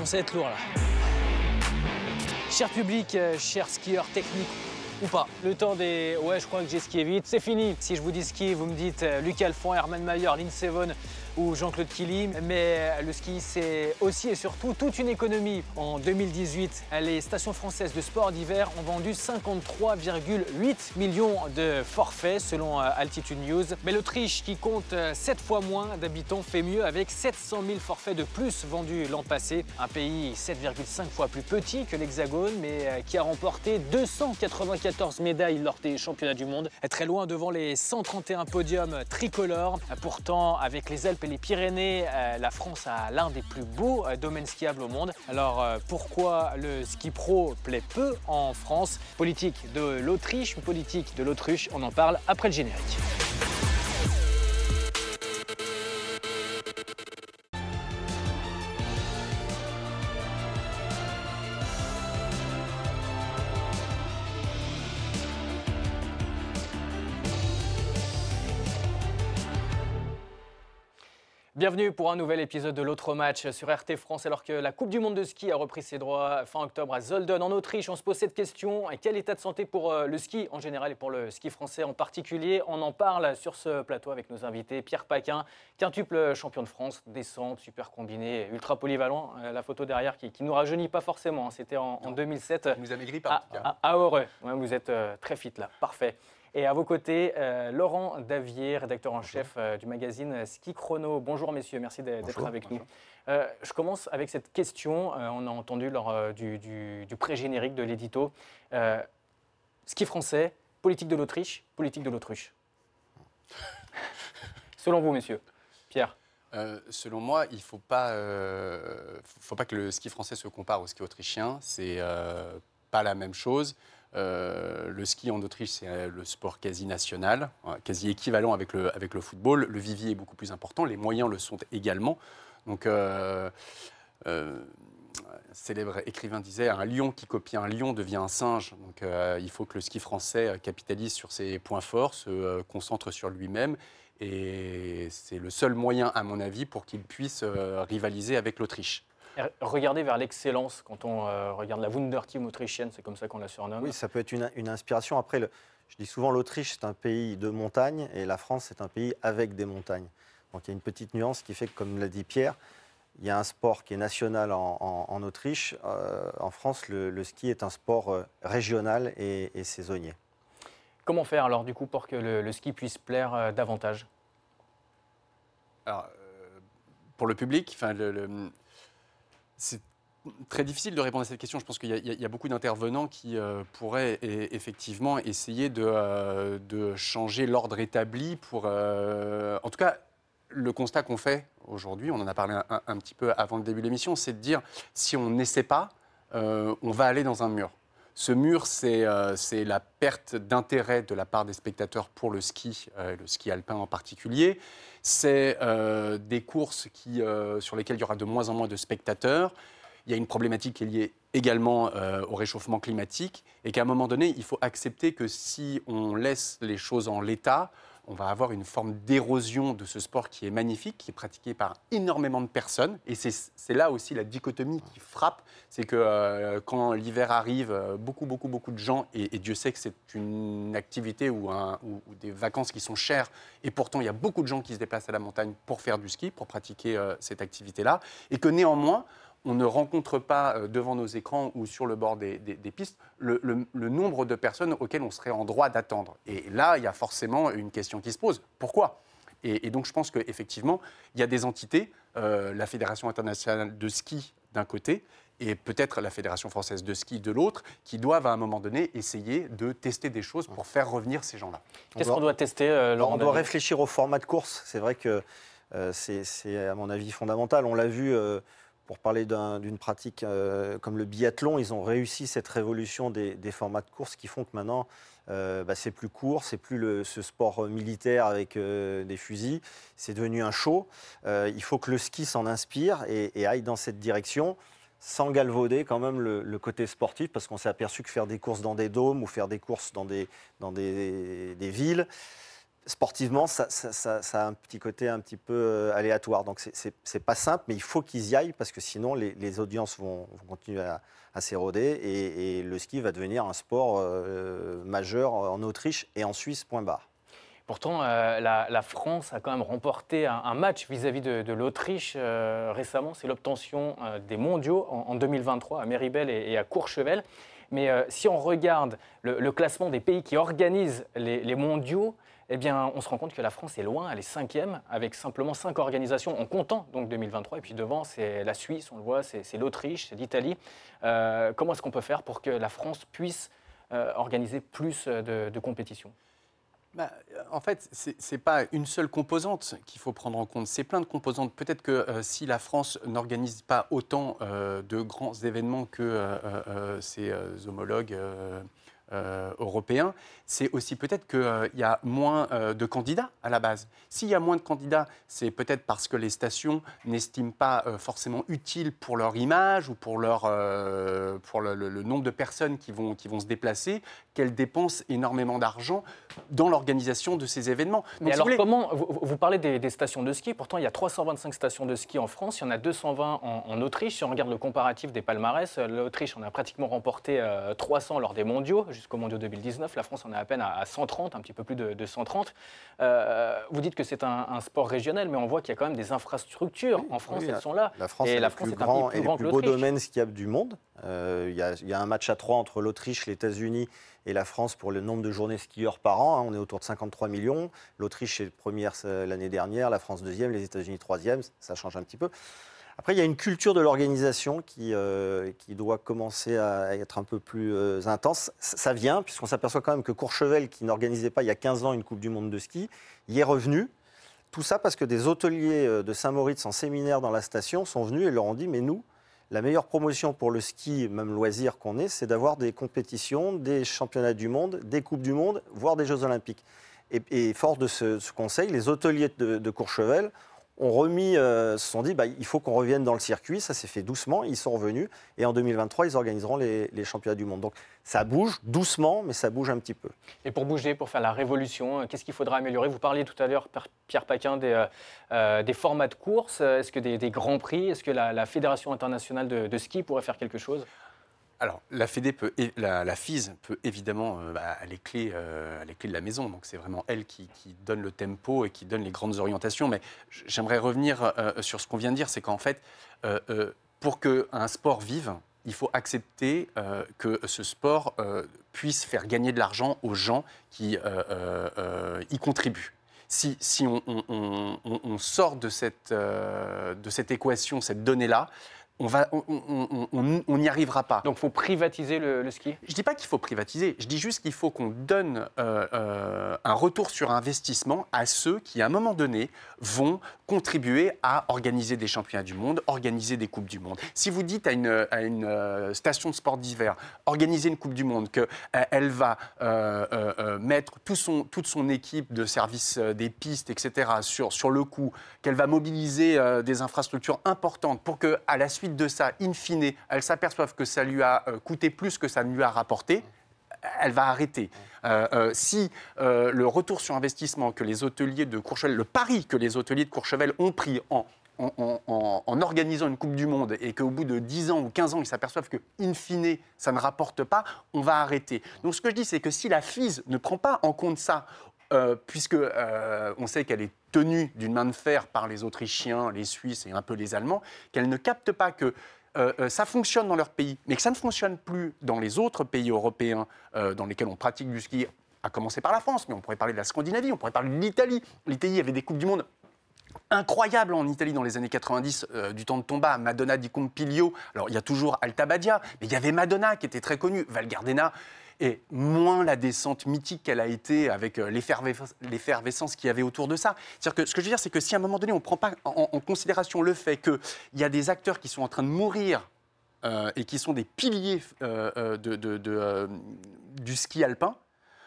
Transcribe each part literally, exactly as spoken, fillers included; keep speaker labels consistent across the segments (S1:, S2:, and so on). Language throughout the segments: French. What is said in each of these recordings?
S1: commence à être lourd là. Cher public, euh, chers skieurs techniques ou pas, le temps des « ouais, je crois que j'ai skié vite », c'est fini. Si je vous dis ski, vous me dites euh, Lucas Alphand, Hermann Mayer, Lindsey Vonn ou Jean-Claude Killy. Mais le ski, c'est aussi et surtout toute une économie. En deux mille dix-huit, les stations françaises de sport d'hiver ont vendu cinquante-trois virgule huit millions de forfaits selon Altitude News. Mais l'Autriche, qui compte sept fois moins d'habitants, fait mieux avec sept cent mille forfaits de plus vendus l'an passé. Un pays sept virgule cinq fois plus petit que l'Hexagone, mais qui a remporté deux cent quatre-vingt-quatorze médailles lors des championnats du monde. Très loin devant les cent trente et un podiums tricolores. Pourtant, avec les Alpes et les Pyrénées, euh, la France a l'un des plus beaux euh, domaines skiables au monde. Alors euh, pourquoi le ski pro plaît peu en France? Politique de l'Autriche, politique de l'autruche, on en parle après le générique. Bienvenue pour un nouvel épisode de l'autre match sur R T France. Alors que la Coupe du Monde de ski a repris ses droits fin octobre à Zolden en Autriche, on se pose cette question: quel état de santé pour le ski en général et pour le ski français en particulier? On en parle sur ce plateau avec nos invités. Pierre Paquin, quintuple champion de France, descente, super combiné, ultra polyvalent. La photo derrière qui, qui nous rajeunit pas forcément, c'était en, en deux mille sept.
S2: Il nous a maigri pas.
S1: Ah, ah, ah heureux, ouais, vous êtes euh, très fit là, parfait. Et à vos côtés, euh, Laurent Davier, rédacteur en chef euh, du magazine Ski Chrono. Bonjour messieurs, merci d'être
S2: bonjour,
S1: avec
S2: bonjour.
S1: nous. Euh, je commence avec cette question, euh, on a entendu lors euh, du, du, du pré-générique de l'édito. Euh, ski français, politique de l'Autriche, politique de l'autruche. Selon vous messieurs, Pierre?
S2: Euh, selon moi, il ne faut pas, euh, faut pas que le ski français se compare au ski autrichien. C'est euh, pas la même chose. Euh, le ski en Autriche, c'est le sport quasi national, quasi équivalent avec le, avec le football. Le vivier est beaucoup plus important, les moyens le sont également. Donc, euh, euh, un célèbre écrivain disait « un lion qui copie un lion devient un singe ». Donc, euh, il faut que le ski français capitalise sur ses points forts, se euh, concentre sur lui-même. Et c'est le seul moyen, à mon avis, pour qu'il puisse euh, rivaliser avec l'Autriche.
S1: Regardez vers l'excellence quand on euh, regarde la Wunderteam autrichienne, c'est comme ça qu'on la surnomme.
S3: Oui, ça peut être une, une inspiration. Après, le, je dis souvent l'Autriche, c'est un pays de montagnes et la France, c'est un pays avec des montagnes. Donc il y a une petite nuance qui fait que, comme l'a dit Pierre, il y a un sport qui est national en, en, en Autriche. Euh, en France, le, le ski est un sport euh, régional et, et saisonnier.
S1: Comment faire alors du coup pour que le, le ski puisse plaire euh, davantage?
S2: Alors, euh, pour le public, enfin, le, le, c'est très difficile de répondre à cette question. Je pense qu'il y a, il y a beaucoup d'intervenants qui euh, pourraient et, effectivement essayer de, euh, de changer l'ordre établi pour... Euh, en tout cas, le constat qu'on fait aujourd'hui, on en a parlé un, un petit peu avant le début de l'émission, c'est de dire si on n'essaie pas, euh, on va aller dans un mur. Ce mur, c'est, euh, c'est la perte d'intérêt de la part des spectateurs pour le ski, euh, le ski alpin en particulier. C'est euh, des courses qui, euh, sur lesquelles il y aura de moins en moins de spectateurs. Il y a une problématique qui est liée également euh, au réchauffement climatique et qu'à un moment donné, il faut accepter que si on laisse les choses en l'état, on va avoir une forme d'érosion de ce sport qui est magnifique, qui est pratiqué par énormément de personnes. Et c'est, c'est là aussi la dichotomie qui frappe, c'est que euh, quand l'hiver arrive, beaucoup, beaucoup, beaucoup de gens, et, et Dieu sait que c'est une activité ou, un, ou, ou des vacances qui sont chères, et pourtant il y a beaucoup de gens qui se déplacent à la montagne pour faire du ski, pour pratiquer euh, cette activité-là, et que néanmoins, on ne rencontre pas euh, devant nos écrans ou sur le bord des, des, des pistes le, le, le nombre de personnes auxquelles on serait en droit d'attendre. Et là, il y a forcément une question qui se pose. Pourquoi ? et, et donc, je pense qu'effectivement, il y a des entités, euh, la Fédération internationale de ski d'un côté et peut-être la Fédération française de ski de l'autre, qui doivent à un moment donné essayer de tester des choses pour faire revenir ces gens-là.
S1: Qu'est-ce qu'on doit tester, euh, Laurent?
S3: On doit réfléchir au format de course. C'est vrai que euh, c'est, c'est, à mon avis, fondamental. On l'a vu... Euh, Pour parler d'un, d'une pratique euh, comme le biathlon, ils ont réussi cette révolution des, des formats de course qui font que maintenant, euh, bah, c'est plus court, c'est plus le, ce sport militaire avec euh, des fusils, c'est devenu un show. Euh, il faut que le ski s'en inspire et, et aille dans cette direction, sans galvauder quand même le, le côté sportif, parce qu'on s'est aperçu que faire des courses dans des dômes ou faire des courses dans des, dans des, des villes, sportivement, ça, ça, ça, ça a un petit côté un petit peu euh, aléatoire. Donc, c'est- c'est c'est pas simple, mais il faut qu'ils y aillent parce que sinon, les, les audiences vont, vont continuer à, à s'éroder et, et le ski va devenir un sport euh, majeur en Autriche et en Suisse, point barre.
S1: Pourtant, euh, la, la France a quand même remporté un, un match vis-à-vis de, de l'Autriche euh, récemment. C'est l'obtention euh, des mondiaux en, en deux mille vingt-trois à Méribel et, et à Courchevel. Mais euh, si on regarde le, le classement des pays qui organisent les, les mondiaux, eh bien, on se rend compte que la France est loin, elle est cinquième, avec simplement cinq organisations en comptant donc deux mille vingt-trois. Et puis devant, c'est la Suisse, on le voit, c'est c'est l'Autriche, c'est l'Italie. Euh, comment est-ce qu'on peut faire pour que la France puisse euh, organiser plus de, de compétitions ?
S2: Bah, en fait, ce n'est pas une seule composante qu'il faut prendre en compte, c'est plein de composantes. Peut-être que euh, si la France n'organise pas autant euh, de grands événements que euh, euh, ses euh, homologues euh, euh, européens, c'est aussi peut-être qu'il euh, y a moins euh, de candidats à la base. S'il y a moins de candidats, c'est peut-être parce que les stations n'estiment pas euh, forcément utile pour leur image ou pour, leur, euh, pour le, le, le nombre de personnes qui vont, qui vont se déplacer, qu'elles dépensent énormément d'argent dans l'organisation de ces événements. Donc,
S1: Mais
S2: si
S1: alors
S2: vous voulez,
S1: comment, vous, vous parlez des, des stations de ski, pourtant il y a trois cent vingt-cinq stations de ski en France, il y en a deux cent vingt en, en Autriche. Si on regarde le comparatif des palmarès, l'Autriche en a pratiquement remporté euh, trois cents lors des mondiaux, jusqu'au mondiaux deux mille dix-neuf. La France en est à peine à, à cent trente, un petit peu plus de, de cent trente. Euh, vous dites que c'est un, un sport régional, mais on voit qu'il y a quand même des infrastructures
S3: Oui,
S1: en France,
S3: oui,
S1: elles sont là.
S3: La France
S1: et
S3: est
S1: la
S3: le
S1: France
S3: plus
S1: est un
S3: grand
S1: pays plus
S3: et le
S1: grand
S3: plus
S1: que
S3: beau
S1: l'Autriche.
S3: domaine skiable du monde. Euh, Il y, a- il y a un match à trois entre l'Autriche, les États-Unis et la France pour le nombre de journées skieurs par an. hein. On est autour de cinquante-trois millions. L'Autriche est première euh, l'année dernière, la France deuxième, les États-Unis troisième. Ça change un petit peu. Après, il y a une culture de l'organisation qui, euh, qui doit commencer à être un peu plus euh, intense. Ça ça vient, puisqu'on s'aperçoit quand même que Courchevel, qui n'organisait pas il y a quinze ans une Coupe du Monde de ski, y est revenu. Tout ça parce que des hôteliers euh, de Saint-Moritz en séminaire dans la station sont venus et leur ont dit « Mais nous, la meilleure promotion pour le ski, même loisir qu'on ait, c'est d'avoir des compétitions, des championnats du monde, des Coupes du monde, voire des Jeux Olympiques. » Et, et fort de ce, ce conseil, les hôteliers de, de Courchevel ont remis, euh, se sont dit bah, il faut qu'on revienne dans le circuit. Ça s'est fait doucement, ils sont revenus. Et en deux mille vingt-trois, ils organiseront les, les championnats du monde. Donc ça bouge doucement, mais ça bouge un petit peu.
S1: Et pour bouger, pour faire la révolution, qu'est-ce qu'il faudra améliorer? Vous parliez tout à l'heure, Pierre Paquin, des, euh, euh, des formats de course. Est-ce que des, des grands prix? Est-ce que la, la Fédération internationale de, de ski pourrait faire quelque chose?
S2: Alors, la Fédé peut, la, la F I S peut évidemment, euh, bah, elle est clé, euh, elle est clé de la maison. Donc, c'est vraiment elle qui, qui donne le tempo et qui donne les grandes orientations. Mais j'aimerais revenir euh, sur ce qu'on vient de dire, c'est qu'en fait, euh, euh, pour qu'un sport vive, il faut accepter euh, que ce sport euh, puisse faire gagner de l'argent aux gens qui euh, euh, y contribuent. Si, si on, on, on, on sort de cette, euh, de cette équation, cette donnée-là, on va, on, on, on, on n'y arrivera pas.
S1: Donc, il faut privatiser le, le ski?
S2: Je ne dis pas qu'il faut privatiser, je dis juste qu'il faut qu'on donne euh, euh, un retour sur investissement à ceux qui, à un moment donné, vont contribuer à organiser des championnats du monde, organiser des Coupes du monde. Si vous dites à une, à une euh, station de sport d'hiver, organiser une Coupe du monde, qu'elle euh, va euh, euh, mettre tout son, toute son équipe de service euh, des pistes, et cetera, sur, sur le coup, qu'elle va mobiliser euh, des infrastructures importantes pour qu'à la suite de ça, in fine, elle s'aperçoive que ça lui a euh, coûté plus que ça ne lui a rapporté, elle va arrêter. Euh, euh, si euh, le retour sur investissement que les hôteliers de Courchevel, le pari que les hôteliers de Courchevel ont pris en, en, en, en organisant une Coupe du Monde et qu'au bout de dix ans ou quinze ans, ils s'aperçoivent que, in fine, ça ne rapporte pas, on va arrêter. Donc ce que je dis, c'est que si la F I S ne prend pas en compte ça, euh, puisque euh, on sait qu'elle est tenue d'une main de fer par les Autrichiens, les Suisses et un peu les Allemands, qu'elle ne capte pas que Euh, euh, ça fonctionne dans leur pays, mais que ça ne fonctionne plus dans les autres pays européens euh, dans lesquels on pratique du ski, à commencer par la France, mais on pourrait parler de la Scandinavie, on pourrait parler de l'Italie. L'Italie avait des Coupes du Monde incroyables en Italie dans les années quatre-vingt-dix, euh, du temps de Tomba, Madonna di Campiglio. Alors, il y a toujours Alta Badia, mais il y avait Madonna qui était très connue, Val Gardena. Et moins la descente mythique qu'elle a été avec l'effervescence qu'il y avait autour de ça. C'est-à-dire que ce que je veux dire, c'est que si à un moment donné, on ne prend pas en, en considération le fait qu'il y a des acteurs qui sont en train de mourir euh, et qui sont des piliers euh, de, de, de, euh, du ski alpin,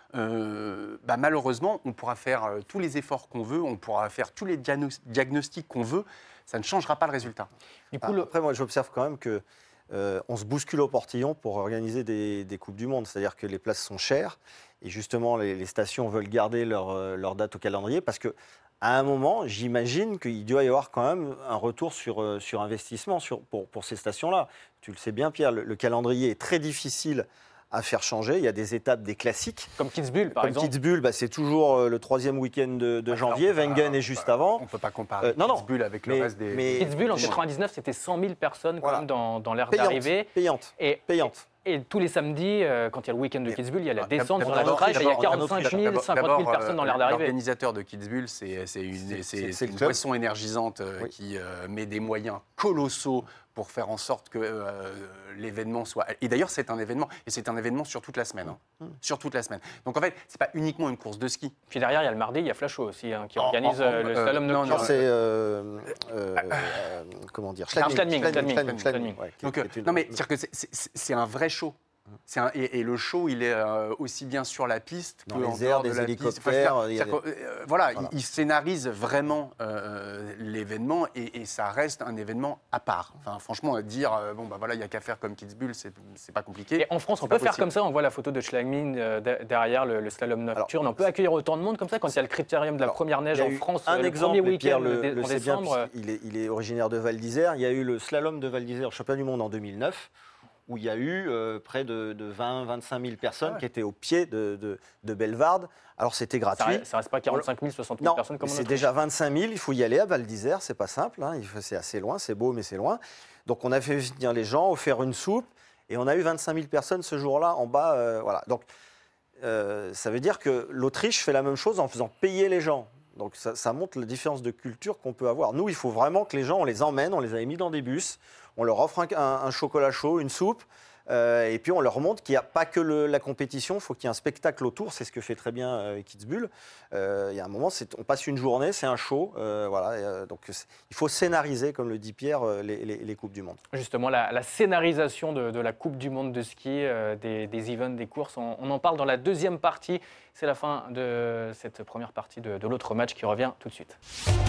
S2: euh, bah malheureusement, on pourra faire euh, tous les efforts qu'on veut, on pourra faire tous les diagnostics qu'on veut, ça ne changera pas le résultat.
S3: Du coup, ah, le... Après, moi, j'observe quand même que euh, on se bouscule au portillon pour organiser des, des Coupes du Monde. C'est-à-dire que les places sont chères et justement les, les stations veulent garder leur, euh, leur date au calendrier parce que à un moment, j'imagine qu'il doit y avoir quand même un retour sur, euh, sur investissement sur, pour, pour ces stations-là. Tu le sais bien, Pierre, le, le calendrier est très difficile à faire changer. Il y a des étapes, des classiques.
S1: Comme Kitzbühel, par
S3: Comme
S1: exemple.
S3: Kitzbühel, bah, c'est toujours euh, le troisième week-end de, de
S2: Ouais,
S3: janvier.
S2: alors,
S3: Wengen
S2: euh,
S3: est juste
S2: euh,
S3: avant.
S2: On ne peut pas comparer
S3: Euh, non, non.
S2: Kitzbühel avec
S3: Mais-
S2: le reste des.
S3: mais-
S1: Kitzbühel, en
S3: Excusez-moi.
S1: quatre-vingt-dix-neuf, c'était cent mille personnes quand
S3: Voilà.
S1: même dans, dans l'aire
S3: Payante,
S1: d'arrivée.
S3: payante,
S1: Et,
S3: payante.
S1: et tous les samedis, euh, quand il y a le week-end de
S3: Mais-
S1: Kitzbühel, il y a la
S2: Ah,
S1: descente sur
S2: d'abord-
S1: la
S3: d'abord-
S1: Autriche et il y a
S3: d'abord-
S1: quarante-cinq mille,
S2: D'abord-
S1: cinquante mille
S2: d'abord,
S1: personnes dans
S2: euh,
S1: l'aire d'arrivée.
S2: L'organisateur de Kitzbühel, c'est c'est une,
S3: C'est-
S2: c'est-
S3: c'est-
S2: c'est
S3: c'est le
S2: une
S3: club.
S2: boisson énergisante euh,
S3: Oui.
S2: qui euh, met des moyens colossaux pour faire en sorte que euh, l'événement soit... Et d'ailleurs, c'est un événement, et c'est un événement sur toute la semaine. hein.
S3: Mmh.
S2: Sur toute la semaine. Donc en fait, c'est pas uniquement une course de ski.
S1: Puis derrière, il y a le mardi, il y a Flasho aussi, hein, qui
S2: En-
S1: organise
S2: en-
S1: euh, le
S2: euh,
S1: slalom
S2: non,
S1: nocturne.
S3: Non, c'est euh, euh, euh, comment dire
S1: Schladming, Schladming,
S3: Schladming,
S1: Schladming,
S3: Schladming,
S1: Schladming.
S3: ouais, qui-
S2: Donc,
S3: qui
S2: euh,
S3: est une-
S2: non, mais c'est-à-dire que c'est- c'est c'est un vrai show. C'est un- et, et le show, il est euh, aussi bien sur la piste
S3: Dans
S2: que
S3: les
S2: en
S3: airs,
S2: dehors de
S3: des
S2: la piste.
S3: hélicoptères,
S2: Enfin, je veux
S3: il y a
S2: dire, c'est-à-dire que, euh, voilà,
S3: Voilà.
S2: il, il scénarise vraiment euh, l'événement et, et ça reste un événement à part. Enfin, franchement, dire euh, bon bah voilà, il y a qu'à faire comme Kitzbühel, c'est c'est pas compliqué.
S1: Et en France, on
S2: C'est
S1: peut
S2: pas
S1: faire
S2: possible.
S1: comme ça. On voit la photo de Schladming euh, de- derrière le, le slalom nocturne. on peut accueillir autant de monde comme ça quand il y a le critérium de la
S3: Alors,
S1: première neige
S3: il y a
S1: en
S3: eu
S1: France
S3: un
S1: euh, le
S3: exemple,
S1: premier
S3: et Pierre
S1: week-end
S3: le,
S1: dé-
S3: le
S1: en
S3: sait bien,
S1: décembre. euh,
S3: puisqu'il est, il est originaire de Val d'Isère. Il y a eu le slalom de Val d'Isère, championnat du monde en deux mille neuf, où il y a eu euh, près de, de vingt à vingt-cinq mille personnes
S2: Ah ouais.
S3: qui étaient au pied de, de, de Bellevarde. Alors c'était
S1: Ça,
S3: gratuit.
S1: reste- ça reste pas quarante-cinq mille, soixante mille
S3: Non,
S1: personnes comme
S3: mais
S1: en
S3: c'est
S1: Autriche.
S3: déjà vingt-cinq mille, il faut y aller à Val d'Isère, c'est pas simple, hein, il faut- c'est assez loin, c'est beau mais c'est loin. Donc on a fait venir les gens, offert une soupe, et on a eu vingt-cinq mille personnes ce jour-là en bas. euh, voilà. Donc euh, ça veut dire que l'Autriche fait la même chose en faisant payer les gens. Donc ça, ça montre la différence de culture qu'on peut avoir. Nous, il faut vraiment que les gens, on les emmène, on les a mis dans des bus, on leur offre un, un- un chocolat chaud, une soupe, euh, et puis on leur montre qu'il n'y a pas que le- la compétition, il faut qu'il y ait un spectacle autour. C'est ce que fait très bien euh, Kitzbühel. Euh, il y a un moment, c'est- on passe une journée, c'est un show. euh, voilà, et, euh, donc c'est- il faut scénariser, comme le dit Pierre, euh, les, les- les Coupes du Monde.
S1: Justement, la, la scénarisation de, de la Coupe du Monde de ski, euh, des, des events, des courses, on, on en parle dans la deuxième partie. C'est la fin de cette première partie de, de l'autre match qui revient tout de suite.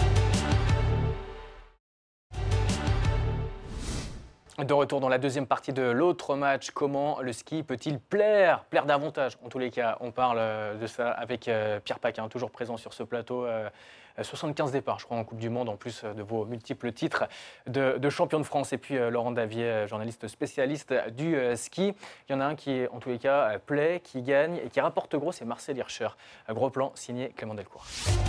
S1: De retour dans la deuxième partie de l'autre match, comment le ski peut-il plaire, plaire davantage? En tous les cas, on parle euh, de ça avec euh, Pierre Paquin, toujours présent sur ce plateau. euh, soixante-quinze départs, je crois, en Coupe du Monde, en plus de vos multiples titres de, de champion de France. Et puis euh, Laurent Davier, euh, journaliste spécialiste du euh, ski. Il y en a un qui, en tous les cas, euh, plaît, qui gagne et qui rapporte gros, c'est Marcel Hirscher. Un gros plan signé Clément Delcourt.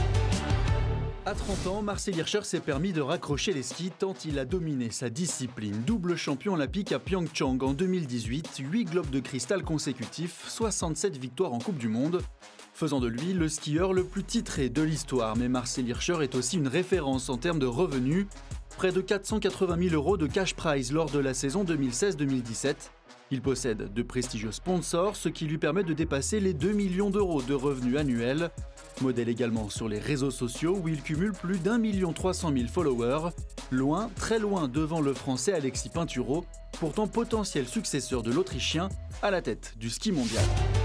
S4: À trente ans, Marcel Hirscher s'est permis de raccrocher les skis tant il a dominé sa discipline. Double champion olympique à Pyeongchang en deux mille dix-huit, huit globes de cristal consécutifs, soixante-sept victoires en Coupe du Monde, faisant de lui le skieur le plus titré de l'histoire. Mais Marcel Hirscher est aussi une référence en termes de revenus. Près de quatre cent quatre-vingt mille euros de cash prize lors de la saison deux mille seize deux mille dix-sept. Il possède de prestigieux sponsors, ce qui lui permet de dépasser les deux millions d'euros de revenus annuels. Modèle également sur les réseaux sociaux où il cumule plus d'un million trois cent mille followers, loin, très loin devant le français Alexis Pinturo, pourtant potentiel successeur de l'Autrichien à la tête du ski mondial.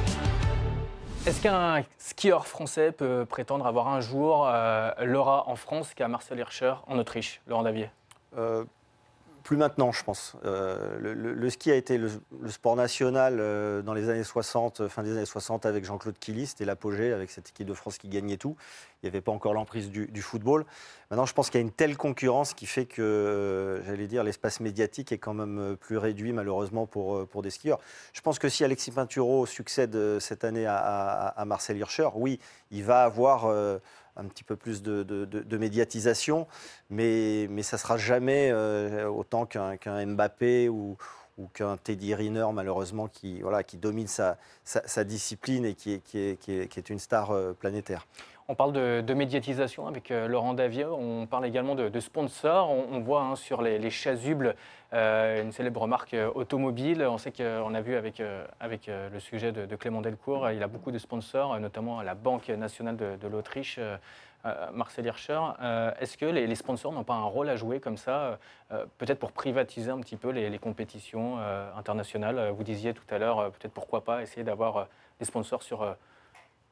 S1: Est-ce qu'un skieur français peut prétendre avoir un jour euh, l'aura en France qu'a Marcel Hirscher en Autriche, Laurent Davier?
S3: Euh, plus maintenant, je pense. Euh, le, le- le ski a été le, le sport national euh, dans les années soixante, fin des années soixante avec Jean-Claude Killy, c'était l'apogée avec cette équipe de France qui gagnait tout. Il n'y avait pas encore l'emprise du, du football. Maintenant, je pense qu'il y a une telle concurrence qui fait que, euh, j'allais dire, l'espace médiatique est quand même euh, plus réduit malheureusement pour, euh, pour des skieurs. Je pense que si Alexis Pinturo succède euh, cette année à, à- à Marcel Hirscher, oui, il va avoir euh, un petit peu plus de, de- de- de médiatisation, mais, mais ça ne sera jamais euh, autant qu'un qu'un Mbappé ou, ou qu'un Teddy Riner, malheureusement, qui, voilà, qui domine sa, sa- sa discipline et qui est, qui est- qui est- qui est une star euh, planétaire.
S1: On parle de, de médiatisation avec euh, Laurent Davier, on parle également de, de sponsors. On, on voit hein, sur les, les chasubles euh, une célèbre marque euh, automobile. On sait qu'on a vu avec, euh, avec euh, le sujet de, de Clément Delcourt, il a beaucoup de sponsors, euh, notamment à la Banque nationale de, de l'Autriche, euh, euh, Marcel Hirscher. Euh, Est-ce que les, les sponsors n'ont pas un rôle à jouer comme ça, euh, peut-être pour privatiser un petit peu les, les compétitions euh, internationales? Vous disiez tout à l'heure, euh, peut-être pourquoi pas essayer d'avoir euh, des sponsors sur... euh,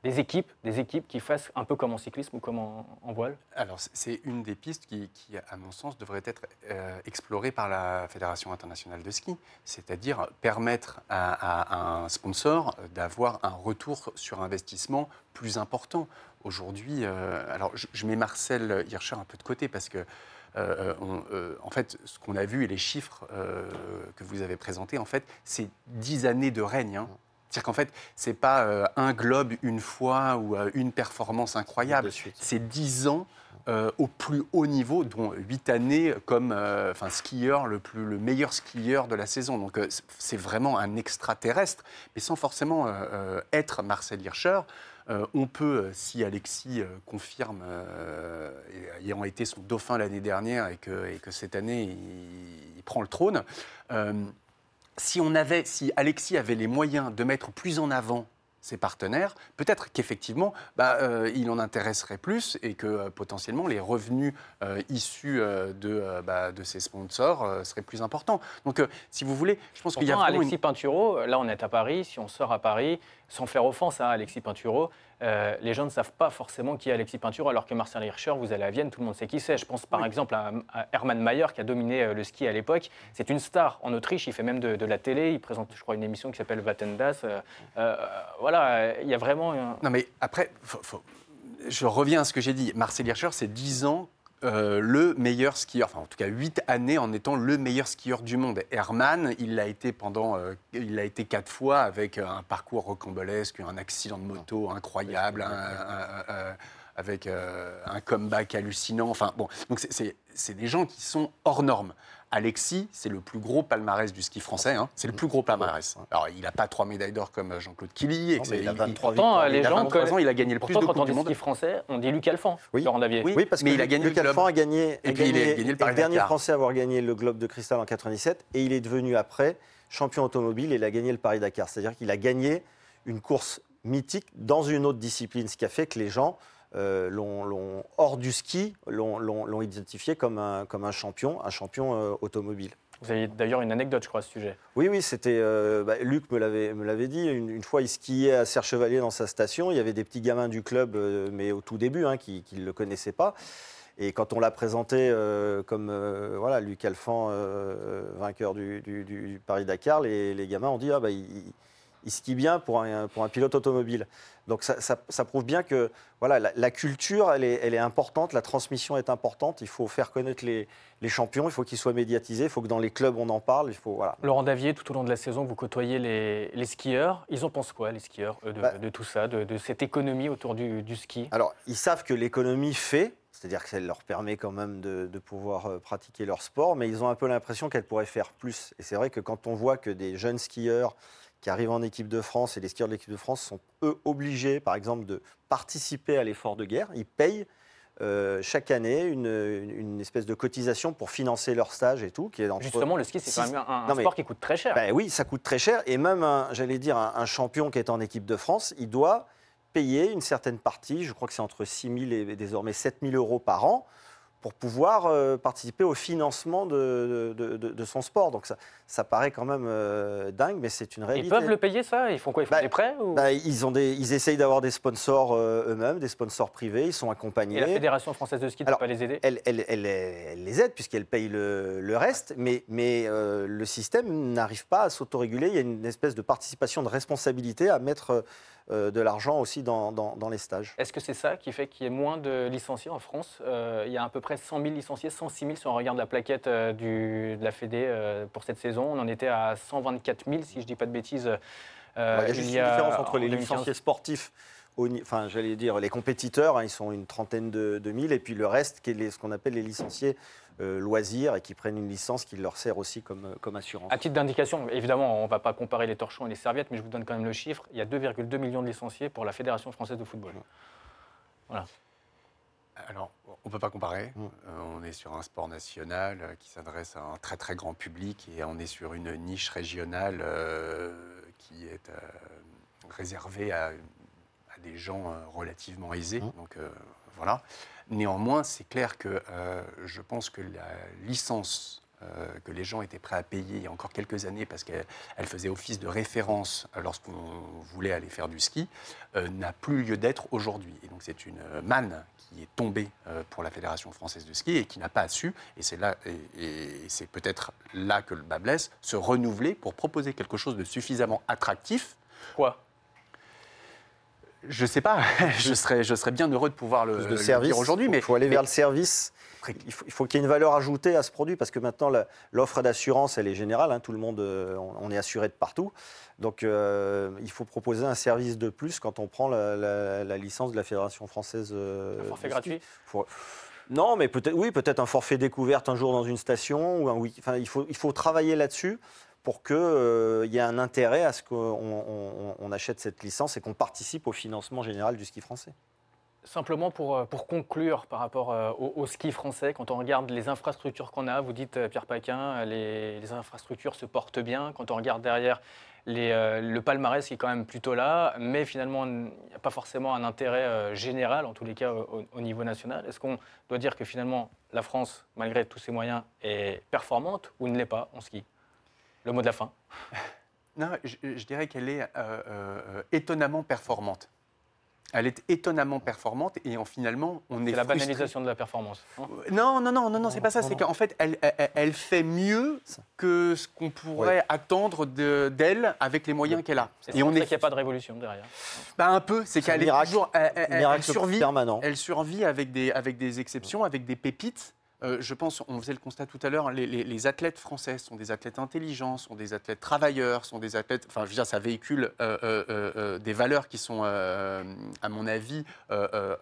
S1: des équipes, des équipes qui fassent un peu comme en cyclisme ou comme en, en voile?
S2: Alors, c'est une des pistes qui, qui, à mon sens, devrait être euh, explorée par la Fédération internationale de ski, c'est-à-dire permettre à, à un sponsor d'avoir un retour sur investissement plus important. Aujourd'hui, euh, alors je, je mets Marcel Hirscher un peu de côté parce que Euh, on, euh, en fait, ce qu'on a vu et les chiffres euh, que vous avez présentés, en fait, c'est dix années de règne. Hein. C'est-à-dire qu'en fait, ce n'est pas euh, un globe une fois ou euh, une performance incroyable. C'est dix ans euh, au plus haut niveau, dont huit années comme euh, enfin, skieur, le, plus, le meilleur skieur de la saison. Donc, euh, c'est vraiment un extraterrestre, mais sans forcément euh, être Marcel Hirscher. Euh, on peut, si Alexis euh, confirme, euh, ayant été son dauphin l'année dernière et que, et que cette année, il, il prend le trône, euh, si, on avait, si Alexis avait les moyens de mettre plus en avant ses partenaires, peut-être qu'effectivement, bah, euh, il en intéresserait plus et que euh, potentiellement les revenus euh, issus euh, de, euh, bah, de ses sponsors euh, seraient plus importants. Donc, euh, si vous voulez, je pense qu'il y a vraiment
S1: Alexis
S2: une...
S1: Pinturo, là on est à Paris, si on sort à Paris, sans faire offense à Alexis Pinturo, euh, les gens ne savent pas forcément qui est Alexis Pinturo, alors que Marcel Hirscher, vous allez à Vienne, tout le monde sait qui c'est. Je pense par oui. exemple à, à Hermann Maier qui a dominé euh, le ski à l'époque. C'est une star en Autriche, il fait même de, de la télé, il présente, je crois, une émission qui s'appelle Wetten das. Euh, euh, voilà, il y a vraiment... Un...
S2: Non mais après, faut, faut... je reviens à ce que j'ai dit. Marcel Hirscher, c'est dix ans Euh, le meilleur skieur, enfin en tout cas huit années en étant le meilleur skieur du monde. Hermann, il l'a été pendant, euh, il l'a été quatre fois avec un parcours rocambolesque, un accident de moto incroyable, un, un, un, avec euh, un comeback hallucinant. Enfin bon, donc c'est, c'est, c'est des gens qui sont hors normes. Alexis, c'est le plus gros palmarès du ski français. Hein. C'est le plus gros palmarès. Alors, il n'a pas trois médailles d'or comme Jean-Claude Killy.
S3: Non, il a vingt-trois
S1: victoires. Les gens,
S2: ans, il a gagné le plus de coupes du monde.
S1: Quand on dit ski français, on dit Luc Alphand.
S3: Oui,
S1: Laurent Davier.
S3: Oui, oui parce que mais il a gagné Luc Alphand a gagné,
S2: et
S3: a
S2: puis
S3: gagné,
S2: il a gagné le,
S3: le dernier Français à avoir gagné le Globe de Cristal en quatre-vingt-dix-sept, et il est devenu après champion automobile et il a gagné le Paris-Dakar. C'est-à-dire qu'il a gagné une course mythique dans une autre discipline, ce qui a fait que les gens Euh, l'ont, l'ont, hors du ski, l'ont, l'ont, l'ont identifié comme un, comme un champion, un champion euh, automobile.
S1: Vous avez d'ailleurs une anecdote, je crois, à ce sujet.
S3: Oui, oui, c'était. Euh, bah, Luc me l'avait, me l'avait dit. Une, une fois, il skiait à Serre-Chevalier dans sa station. Il y avait des petits gamins du club, euh, mais au tout début, hein, qui ne le connaissaient pas. Et quand on l'a présenté euh, comme euh, voilà, Luc Alphand, euh, vainqueur du, du, du Paris-Dakar, les, les gamins ont dit ah, bah, il, il skie bien pour un, pour un pilote automobile. Donc ça, ça, ça prouve bien que voilà, la, la culture, elle est, elle est importante, la transmission est importante. Il faut faire connaître les, les champions, il faut qu'ils soient médiatisés, il faut que dans les clubs on en parle. Il faut, voilà.
S1: Laurent Davier, tout au long de la saison, vous côtoyez les, les skieurs. Ils en pensent quoi, les skieurs, eux, de, bah, de tout ça, de, de cette économie autour du, du ski?
S3: Alors, ils savent que l'économie fait, c'est-à-dire que ça leur permet quand même de, de pouvoir pratiquer leur sport, mais ils ont un peu l'impression qu'elle pourrait faire plus. Et c'est vrai que quand on voit que des jeunes skieurs qui arrivent en équipe de France et les skieurs de l'équipe de France sont, eux, obligés, par exemple, de participer à l'effort de guerre. Ils payent euh, chaque année une, une, une espèce de cotisation pour financer leur stage et tout. Qui est entre
S1: Justement, le ski, c'est
S3: six...
S1: quand même un, un
S3: non,
S1: sport
S3: mais,
S1: qui coûte très cher.
S3: Ben oui, ça coûte très cher. Et même, un, j'allais dire, un, un champion qui est en équipe de France, il doit payer une certaine partie, je crois que c'est entre six mille et désormais sept mille euros par an, pour pouvoir euh, participer au financement de, de, de, de son sport. Donc ça, ça paraît quand même euh, dingue, mais c'est une réalité.
S1: Ils peuvent le payer, ça? Ils font quoi? Ils font
S3: bah,
S1: des prêts ou...
S3: bah, ils, ont des, ils essayent d'avoir des sponsors euh, eux-mêmes, des sponsors privés, ils sont accompagnés.
S1: Et la Fédération française de ski ne peut pas les aider?
S3: elle, elle, elle, elle les aide, puisqu'elle paye le, le reste, mais, mais euh, le système n'arrive pas à s'autoréguler. Il y a une espèce de participation, de responsabilité à mettre euh, de l'argent aussi dans, dans, dans les stages.
S1: Est-ce que c'est ça qui fait qu'il y ait moins de licenciés en France? euh, Il y a à peu près cent mille licenciés, cent six mille si on regarde la plaquette euh, du, de la Fédé euh, pour cette saison. On en était à cent vingt-quatre mille, si je ne dis pas de bêtises. Euh,
S3: Alors, il y a juste
S1: il y a,
S3: une différence entre les
S1: deux mille quinze.
S3: licenciés sportifs, au, enfin, j'allais dire les compétiteurs, hein, ils sont une trentaine de, de mille, et puis le reste, qui est les, ce qu'on appelle les licenciés euh, loisirs, et qui prennent une licence qui leur sert aussi comme, comme assurance.
S1: À titre d'indication, évidemment, on ne va pas comparer les torchons et les serviettes, mais je vous donne quand même le chiffre. Il y a deux virgule deux millions de licenciés pour la Fédération française de football. Voilà.
S2: Alors, on ne peut pas comparer.
S3: Mmh.
S2: Euh, on est sur un sport national euh, qui s'adresse à un très très grand public et on est sur une niche régionale euh, qui est euh, réservée à, à des gens euh, relativement aisés. Mmh. Donc euh, voilà. Néanmoins, c'est clair que euh, je pense que la licence euh, que les gens étaient prêts à payer il y a encore quelques années parce qu'elle elle faisait office de référence lorsqu'on voulait aller faire du ski, euh, n'a plus lieu d'être aujourd'hui. Et donc c'est une manne qui est tombée euh, pour la Fédération française de ski et qui n'a pas su, et c'est là, et, et c'est peut-être là que le bât blesse, se renouveler pour proposer quelque chose de suffisamment attractif.
S1: Quoi ?
S2: Je sais pas, je serais, je serais bien heureux de pouvoir le,
S3: Plus de
S2: le
S3: service,
S2: dire aujourd'hui.
S3: Il
S2: mais
S3: faut aller
S2: mais,
S3: vers le service. Il faut, il faut qu'il y ait une valeur ajoutée à ce produit parce que maintenant, la, l'offre d'assurance, elle est générale. Hein, tout le monde, euh, on, on est assuré de partout. Donc, euh, il faut proposer un service de plus quand on prend la, la, la licence de la Fédération française. Euh,
S1: Un forfait
S3: de ski.
S1: gratuit
S3: Faut, Non, mais peut-être, oui, peut-être un forfait découverte un jour dans une station. Ou un week- enfin, il faut, il faut travailler là-dessus pour qu'il euh, y ait un intérêt à ce qu'on on, on achète cette licence et qu'on participe au financement général du ski français.
S1: Simplement pour, pour conclure par rapport au, au ski français, quand on regarde les infrastructures qu'on a, vous dites Pierre Paquin, les, les infrastructures se portent bien. Quand on regarde derrière les, euh, le palmarès qui est quand même plutôt là, mais finalement il n'y a pas forcément un intérêt euh, général, en tous les cas au, au niveau national. Est-ce qu'on doit dire que finalement la France, malgré tous ses moyens, est performante ou ne l'est pas en ski ? Le mot de la fin.
S2: Non, je, je dirais qu'elle est euh, euh, étonnamment performante. Elle est étonnamment performante et en, finalement, on est
S1: C'est la
S2: frustré.
S1: banalisation de la performance. Hein ?
S2: Non, non, non, non, non, c'est pas ça.
S3: non,
S2: C'est
S3: non.
S2: qu'en fait, elle, elle, elle fait mieux que ce qu'on pourrait
S3: Ouais.
S2: attendre de, d'elle avec les moyens qu'elle a.
S1: Et on est qu'il n'y a pas de révolution derrière.
S2: Bah, un peu. C'est
S3: C'est un
S2: qu'elle est
S3: miracle.
S2: toujours. Elle, elle- elle
S3: Miracle
S2: survit.
S3: permanent.
S2: Elle survit avec des, avec des exceptions, avec des pépites. Euh, je pense, on faisait le constat tout à l'heure, les, les, les athlètes français sont des athlètes intelligents, sont des athlètes travailleurs, sont des athlètes. Enfin, je veux dire, ça véhicule euh, euh, euh, des valeurs qui sont, euh, à mon avis, euh, euh,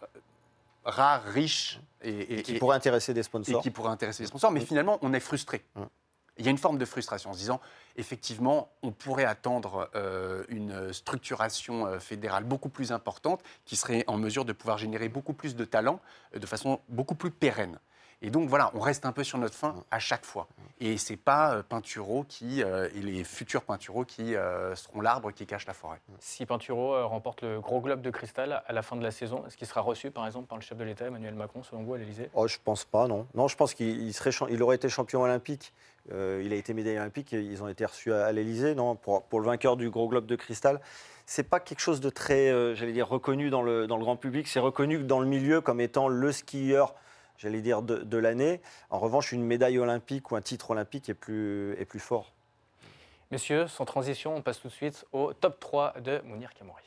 S2: rares, riches et, et-
S3: Qui
S2: et-
S3: pourrait intéresser des
S2: et
S3: sponsors.
S2: qui pourraient intéresser les sponsors. Mais finalement, on est frustré.
S3: Mm.
S2: Il y a une forme de frustration en se disant, effectivement, on pourrait attendre euh, une structuration euh, fédérale beaucoup plus importante qui serait en mesure de pouvoir générer beaucoup plus de talents euh, de façon beaucoup plus pérenne. Et donc voilà, on reste un peu sur notre faim à chaque fois. Et c'est pas euh, Pinturo qui, euh, et les futurs Pinturo qui euh, seront l'arbre qui cache la forêt.
S1: Si Pinturo euh, remporte le gros globe de cristal à la fin de la saison, est-ce qu'il sera reçu par exemple par le chef de l'État, Emmanuel Macron, selon vous, à l'Élysée ?
S3: Oh, je pense pas, non. Non, je pense qu'il il serait, champ- il aurait été champion olympique. Euh, il a été médaillé olympique. Et ils ont été reçus à, à l'Élysée, non, pour, pour le vainqueur du Gros Globe de Cristal. C'est pas quelque chose de très, euh, j'allais dire, reconnu dans le, dans le grand public. C'est reconnu dans le milieu comme étant le skieur, j'allais dire, de, de l'année. En revanche, une médaille olympique ou un titre olympique est plus, est plus fort.
S1: Messieurs, sans transition, on passe tout de suite au top trois de Mounir Kamouri.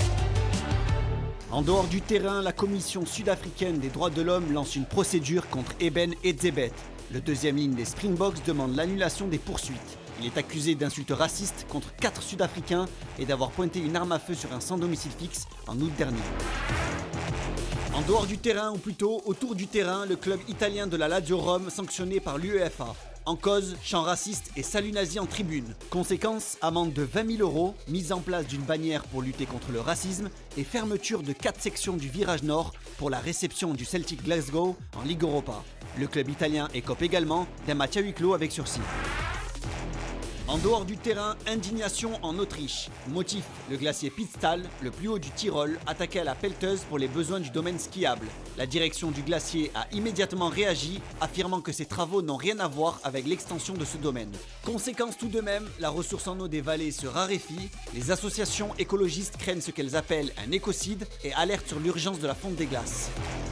S4: En dehors du terrain, la Commission sud-africaine des droits de l'homme lance une procédure contre Eben Etzebeth. Le deuxième ligne des Springboks demande l'annulation des poursuites. Il est accusé d'insultes racistes contre quatre Sud-Africains et d'avoir pointé une arme à feu sur un sans domicile fixe en août dernier. En dehors du terrain, ou plutôt autour du terrain, le club italien de la Lazio Rome sanctionné par l'UEFA. En cause, chants racistes et salut nazi en tribune. Conséquence, amende de vingt mille euros, mise en place d'une bannière pour lutter contre le racisme et fermeture de quatre sections du virage nord pour la réception du Celtic Glasgow en Ligue Europa. Le club italien écope également d'un match à huis clos avec sursis. En dehors du terrain, indignation en Autriche. Motif, le glacier Pitztal, le plus haut du Tyrol, attaqué à la pelleteuse pour les besoins du domaine skiable. La direction du glacier a immédiatement réagi, affirmant que ces travaux n'ont rien à voir avec l'extension de ce domaine. Conséquence tout de même, la ressource en eau des vallées se raréfie, les associations écologistes craignent ce qu'elles appellent un écocide et alertent sur l'urgence de la fonte des glaces.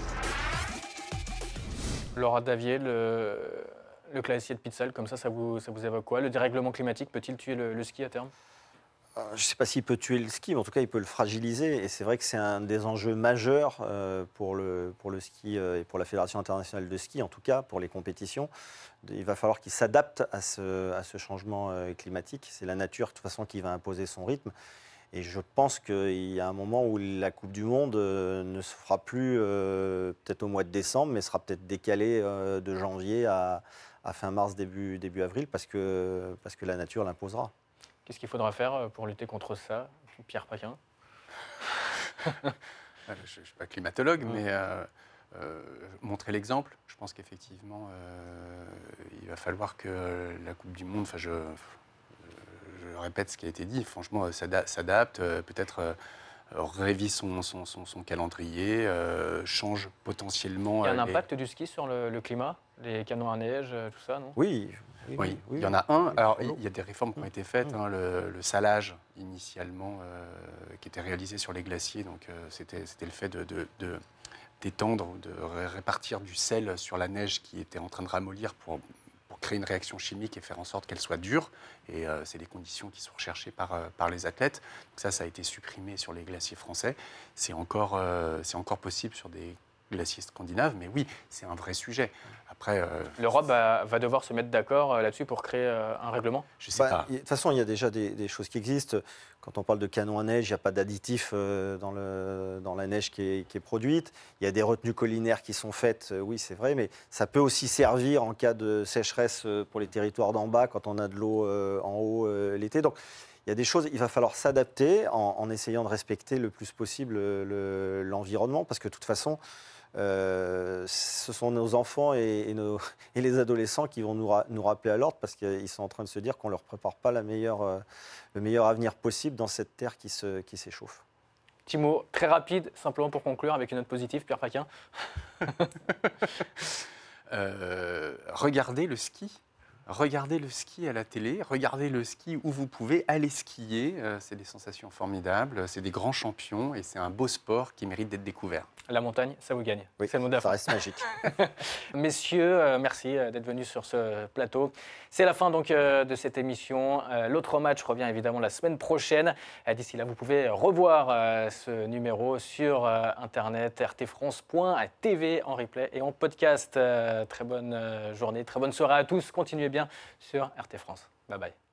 S1: Laura Davier, le, le glacier de Pitztal, comme ça, ça vous, ça vous évoque quoi ? Le dérèglement climatique peut-il tuer le, le ski à terme ?
S3: Euh, Je ne sais pas s'il peut tuer le ski, mais en tout cas, il peut le fragiliser. Et c'est vrai que c'est un des enjeux majeurs euh, pour, le, pour le ski euh, et pour la Fédération internationale de ski, en tout cas pour les compétitions. Il va falloir qu'ils s'adaptent à ce, à ce changement euh, climatique. C'est la nature, de toute façon, qui va imposer son rythme. Et je pense qu'il y a un moment où la Coupe du Monde euh, ne se fera plus euh, peut-être au mois de décembre, mais sera peut-être décalée euh, de janvier à, à fin mars, début, début avril, parce que, parce que la nature l'imposera.
S1: Qu'est-ce qu'il faudra faire pour lutter contre ça, Pierre Paquin ?
S2: Je ne suis pas climatologue, mais euh, euh, montrer l'exemple. Je pense qu'effectivement, euh, il va falloir que la Coupe du Monde, enfin, je, je répète ce qui a été dit, franchement, s'ada- s'adapte, euh, peut-être euh, révise son, son, son, son calendrier, euh, change potentiellement.
S1: Il y a un
S2: euh, les-
S1: impact du ski sur le, le climat ? Les canons à neige, tout ça, non ?
S3: Oui,
S2: Oui, oui, il y en a un. Alors, il y a des réformes qui ont été faites. Hein, le, le salage, initialement, euh, qui était réalisé sur les glaciers, donc euh, c'était, c'était le fait de, de, de, d'étendre, de répartir du sel sur la neige qui était en train de ramollir pour, pour créer une réaction chimique et faire en sorte qu'elle soit dure. Et euh, c'est les conditions qui sont recherchées par, euh, par les athlètes. Donc ça, ça a été supprimé sur les glaciers français. C'est encore, euh, c'est encore possible sur des glaciers scandinaves, mais oui, c'est un vrai sujet. Après, euh,
S1: l'Europe va, va devoir se mettre d'accord euh, là-dessus pour créer euh, un règlement.
S2: Je sais
S3: bah,
S2: pas.
S3: De toute façon, il y a déjà des, des choses qui existent. Quand on parle de canon à neige, il n'y a pas d'additif euh, dans, le, dans la neige qui est, qui est produite. Il y a des retenues collinaires qui sont faites, euh, oui, c'est vrai, mais ça peut aussi servir en cas de sécheresse euh, pour les territoires d'en bas, quand on a de l'eau euh, en haut euh, l'été. Donc, il y a des choses, il va falloir s'adapter en, en essayant de respecter le plus possible le, l'environnement, parce que de toute façon, Euh, ce sont nos enfants et, et, nos, et les adolescents qui vont nous, ra- nous rappeler à l'ordre parce qu'ils sont en train de se dire qu'on ne leur prépare pas la meilleure, euh, le meilleur avenir possible dans cette terre qui, se, qui s'échauffe.
S1: Petit mot très rapide, simplement pour conclure, avec une note positive, Pierre Paquin.
S2: euh, regardez le ski. Regardez le ski à la télé, regardez le ski où vous pouvez aller skier. Euh, c'est des sensations formidables, c'est des grands champions et c'est un beau sport qui mérite d'être découvert.
S1: La montagne, ça vous gagne.
S3: Oui,
S1: c'est le mot de la
S3: ça
S1: fin.
S3: reste magique.
S1: Messieurs, euh, merci euh, d'être venus sur ce plateau. C'est la fin donc euh, de cette émission. Euh, l'autre match revient évidemment la semaine prochaine. Euh, d'ici là, vous pouvez revoir euh, ce numéro sur euh, internet r t france point t v en replay et en podcast. Euh, très bonne euh, journée, très bonne soirée à tous. Continuez bien sur R T France. Bye bye.